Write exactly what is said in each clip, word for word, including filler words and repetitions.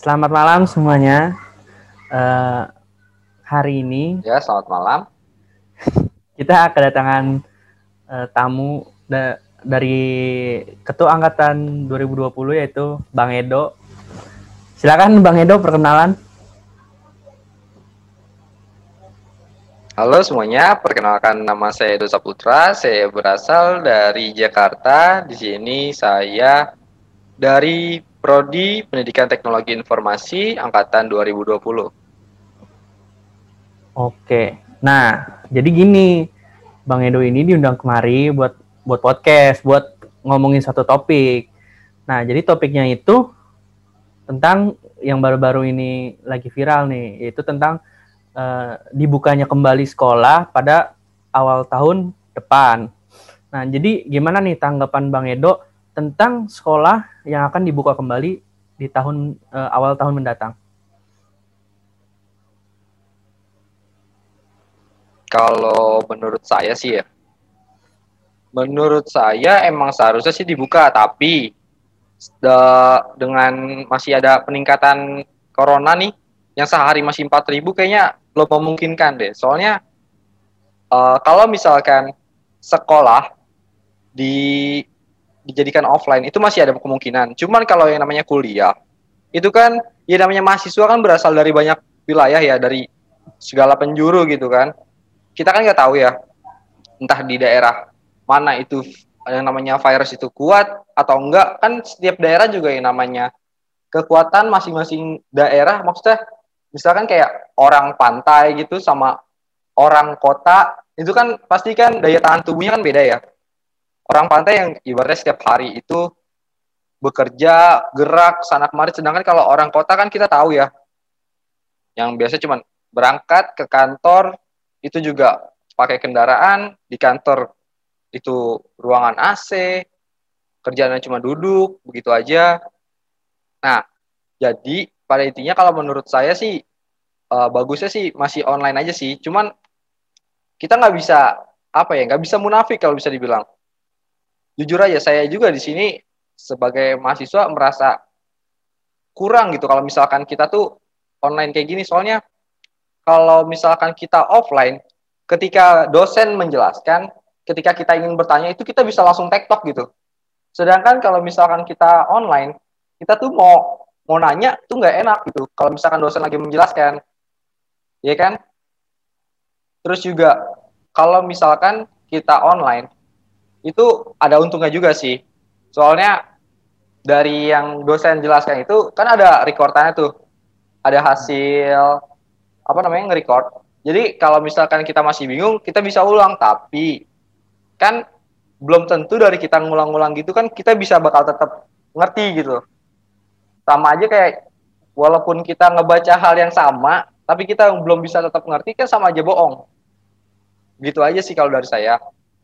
Selamat malam semuanya. Uh, hari ini Ya, selamat malam. kita kedatangan uh, tamu da- dari Ketua Angkatan dua ribu dua puluh yaitu Bang Edo. Silakan Bang Edo perkenalan. Halo semuanya, perkenalkan nama saya Edo Saputra. Saya berasal dari Jakarta. Di sini saya dari Prodi Pendidikan Teknologi Informasi Angkatan dua ribu dua puluh. Oke. Nah, jadi gini, Bang Edo ini diundang kemari buat buat podcast, buat ngomongin satu topik. Nah, jadi topiknya itu tentang yang baru-baru ini lagi viral nih, yaitu tentang uh, dibukanya kembali sekolah pada awal tahun depan. Nah, jadi gimana nih tanggapan Bang Edo tentang sekolah yang akan dibuka kembali di tahun uh, awal tahun mendatang? Kalau menurut saya sih ya, menurut saya emang seharusnya sih dibuka, tapi de- dengan masih ada peningkatan corona nih, yang sehari masih empat ribu kayaknya belum memungkinkan deh. Soalnya uh, kalau misalkan sekolah di dijadikan offline itu masih ada kemungkinan. Cuman kalau yang namanya kuliah itu kan ya namanya mahasiswa kan berasal dari banyak wilayah ya, dari segala penjuru gitu kan. Kita kan nggak tahu ya, entah di daerah mana itu yang namanya virus itu kuat atau enggak. Kan setiap daerah juga yang namanya kekuatan masing-masing daerah. Maksudnya misalkan kayak orang pantai gitu sama orang kota itu kan pasti kan daya tahan tubuhnya kan beda ya. Orang pantai yang ibaratnya setiap hari itu bekerja, gerak, sana kemari. Sedangkan kalau orang kota kan kita tahu ya, yang biasa cuma berangkat ke kantor, itu juga pakai kendaraan, di kantor itu ruangan A C, kerjaannya cuma duduk, begitu aja. Nah, jadi pada intinya kalau menurut saya sih, uh, bagusnya sih masih online aja sih. Cuman kita nggak bisa, apa ya, nggak bisa munafik kalau bisa dibilang. Jujur aja, saya juga di sini sebagai mahasiswa merasa kurang gitu kalau misalkan kita tuh online kayak gini. Soalnya kalau misalkan kita offline, ketika dosen menjelaskan, ketika kita ingin bertanya itu kita bisa langsung tektok gitu. Sedangkan kalau misalkan kita online, kita tuh mau mau nanya tuh nggak enak gitu. Kalau misalkan dosen lagi menjelaskan, ya kan? Terus juga kalau misalkan kita online, itu ada untungnya juga sih. Soalnya dari yang dosen jelaskan itu kan ada rekordannya tuh, ada hasil apa namanya nge-record. Jadi kalau misalkan kita masih bingung, kita bisa ulang. Tapi kan belum tentu dari kita ngulang-ngulang gitu kan kita bisa bakal tetap ngerti gitu. Sama aja kayak walaupun kita ngebaca hal yang sama, tapi kita belum bisa tetap ngerti kan sama aja bohong. Gitu aja sih kalau dari saya.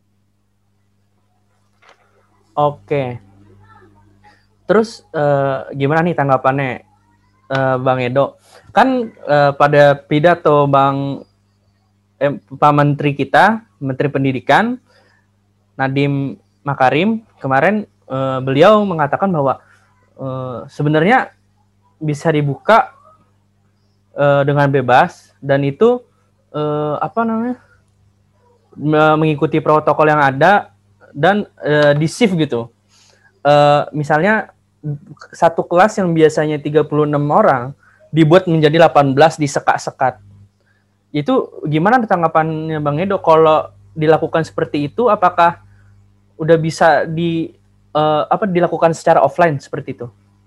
Oke. Terus uh, gimana nih tanggapannya uh, Bang Edo? Kan uh, pada pidato Bang eh, Pak Menteri kita, Menteri Pendidikan Nadiem Makarim kemarin uh, beliau mengatakan bahwa uh, sebenarnya bisa dibuka uh, dengan bebas dan itu uh, apa namanya mengikuti protokol yang ada dan uh, di shift gitu. Uh, misalnya satu kelas yang biasanya tiga puluh enam orang dibuat menjadi delapan belas disekat-sekat. Itu gimana tanggapannya Bang Edo kalau dilakukan seperti itu? Apakah udah bisa di uh, apa dilakukan secara offline seperti itu?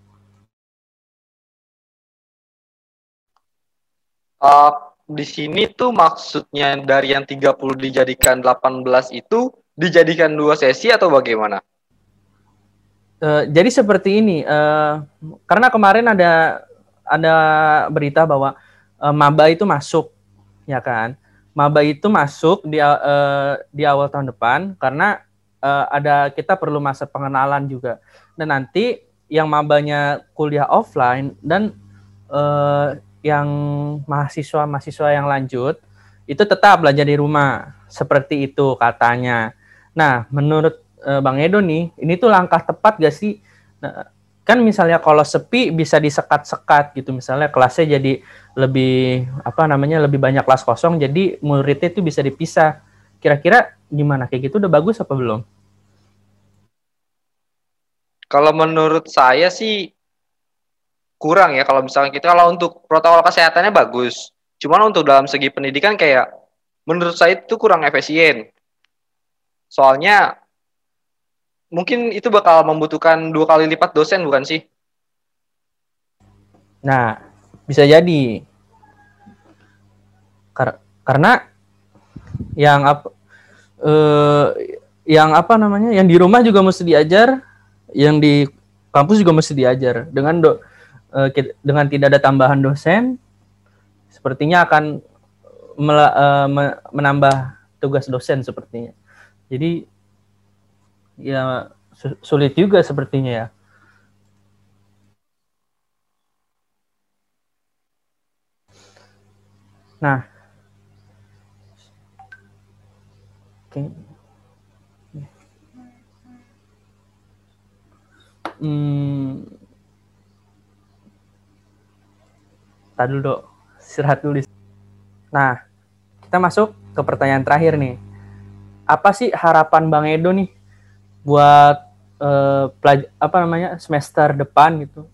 Uh, di sini tuh maksudnya dari yang tiga puluh dijadikan delapan belas itu dijadikan dua sesi atau bagaimana? Uh, jadi seperti ini, uh, karena kemarin ada ada berita bahwa uh, maba itu masuk, ya kan? Maba itu masuk di uh, di awal tahun depan karena uh, ada kita perlu masa pengenalan juga. Dan nanti yang mabanya kuliah offline dan uh, yang mahasiswa-mahasiswa yang lanjut itu tetap belajar di rumah, seperti itu katanya. Nah, menurut uh, Bang Edo nih, ini tuh langkah tepat gak sih? Nah, kan misalnya kalau sepi bisa disekat-sekat gitu, misalnya kelasnya jadi lebih apa namanya lebih banyak kelas kosong, jadi muridnya itu bisa dipisah. Kira-kira gimana, kayak gitu udah bagus apa belum? Kalau menurut saya sih kurang ya, kalau misalnya kita, kalau untuk protokol kesehatannya bagus. Cuman untuk dalam segi pendidikan kayak menurut saya itu kurang efisien. Soalnya mungkin itu bakal membutuhkan dua kali lipat dosen, bukan sih? Nah, bisa jadi. Kar- karena yang apa eh, yang apa namanya yang di rumah juga mesti diajar, yang di kampus juga mesti diajar. Dengan do, eh, dengan tidak ada tambahan dosen, sepertinya akan mela, eh, menambah tugas dosen sepertinya. Jadi ya sulit juga sepertinya ya. Nah, oke. Hmm, tadi dulu dok, istirahat dulu. Nah, kita masuk ke pertanyaan terakhir nih. Apa sih harapan Bang Edo nih buat eh, pelaj- apa namanya semester depan gitu?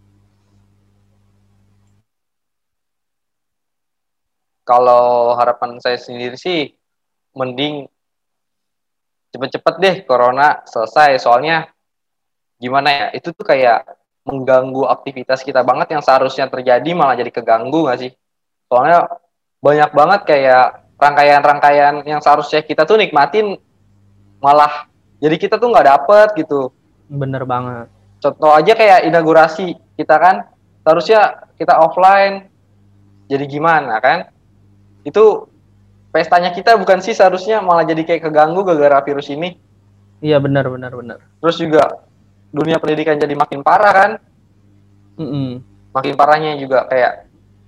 Kalau harapan saya sendiri sih mending cepet-cepet deh corona selesai. Soalnya gimana ya, itu tuh kayak mengganggu aktivitas kita banget yang seharusnya terjadi malah jadi keganggu nggak sih? Soalnya banyak banget kayak rangkaian-rangkaian yang seharusnya kita tuh nikmatin malah jadi kita tuh nggak dapet gitu. Bener banget. Contoh aja kayak inaugurasi kita kan seharusnya kita offline, jadi gimana kan? Itu pestanya kita bukan sih seharusnya malah jadi kayak keganggu gara-gara virus ini. Iya benar benar benar. Terus juga dunia pendidikan jadi makin parah kan? Mm-mm. Makin parahnya juga kayak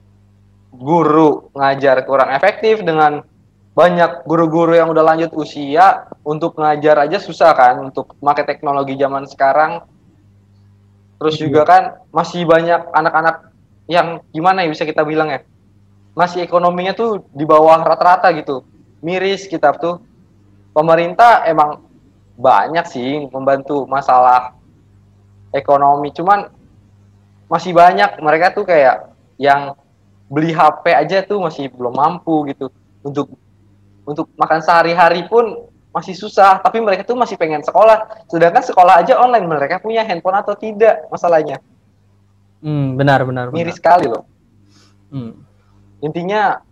guru ngajar kurang efektif, dengan banyak guru-guru yang udah lanjut usia untuk ngajar aja susah kan untuk pakai teknologi zaman sekarang. Terus juga kan masih banyak anak-anak yang gimana ya bisa kita bilang ya, masih ekonominya tuh di bawah rata-rata gitu, miris kita tuh. Pemerintah emang banyak sih membantu masalah ekonomi, cuman masih banyak mereka tuh kayak yang beli H P aja tuh masih belum mampu gitu, untuk untuk makan sehari-hari pun masih susah, tapi mereka tuh masih pengen sekolah, sedangkan sekolah aja online, mereka punya handphone atau tidak masalahnya. Hmm, benar benar Miris benar. sekali loh. Hmm. Intinya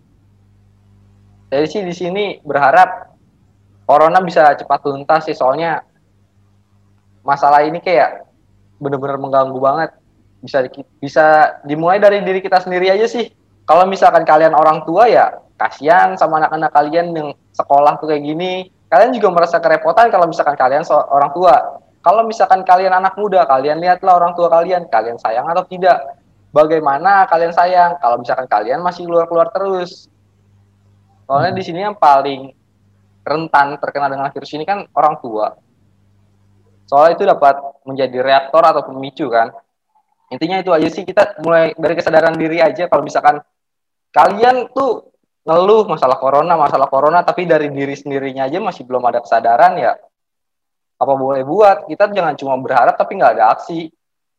dari sih di sini berharap corona bisa cepat tuntas sih, soalnya masalah ini kayak bener-bener mengganggu banget. Bisa di, bisa dimulai dari diri kita sendiri aja sih. Kalau misalkan kalian orang tua ya kasihan sama anak-anak kalian yang sekolah tuh kayak gini. Kalian juga merasa kerepotan kalau misalkan kalian orang tua. Kalau misalkan kalian anak muda, kalian lihatlah orang tua kalian, kalian sayang atau tidak. Bagaimana kalian sayang kalau misalkan kalian masih keluar-keluar terus. Soalnya di sini yang paling rentan terkena dengan virus ini kan orang tua. Soalnya itu dapat menjadi reaktor atau pemicu kan. Intinya itu aja sih, kita mulai dari kesadaran diri aja. Kalau misalkan kalian tuh ngeluh masalah corona, masalah corona, tapi dari diri sendirinya aja masih belum ada kesadaran ya, apa boleh buat. Kita jangan cuma berharap tapi nggak ada aksi.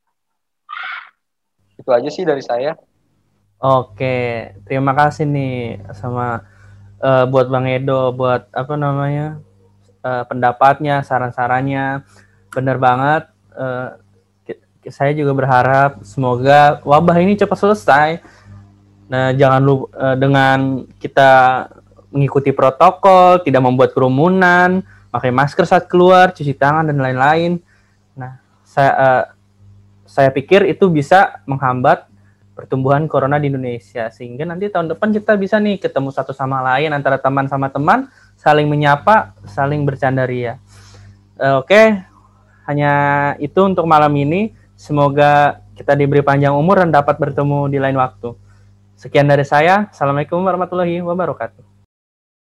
Itu aja sih dari saya. Oke, terima kasih nih sama uh, buat Bang Edo, buat apa namanya uh, pendapatnya, saran-sarannya, bener banget. Uh, saya juga berharap semoga wabah ini cepat selesai. Nah, jangan lupa uh, dengan kita mengikuti protokol, tidak membuat kerumunan, pakai masker saat keluar, cuci tangan dan lain-lain. Nah, saya uh, saya pikir itu bisa menghambat pertumbuhan corona di Indonesia, sehingga nanti tahun depan kita bisa nih ketemu satu sama lain, antara teman sama teman, saling menyapa, saling bercanda ria. Uh, Oke, okay. Hanya itu untuk malam ini. Semoga kita diberi panjang umur dan dapat bertemu di lain waktu. Sekian dari saya. Assalamualaikum warahmatullahi wabarakatuh.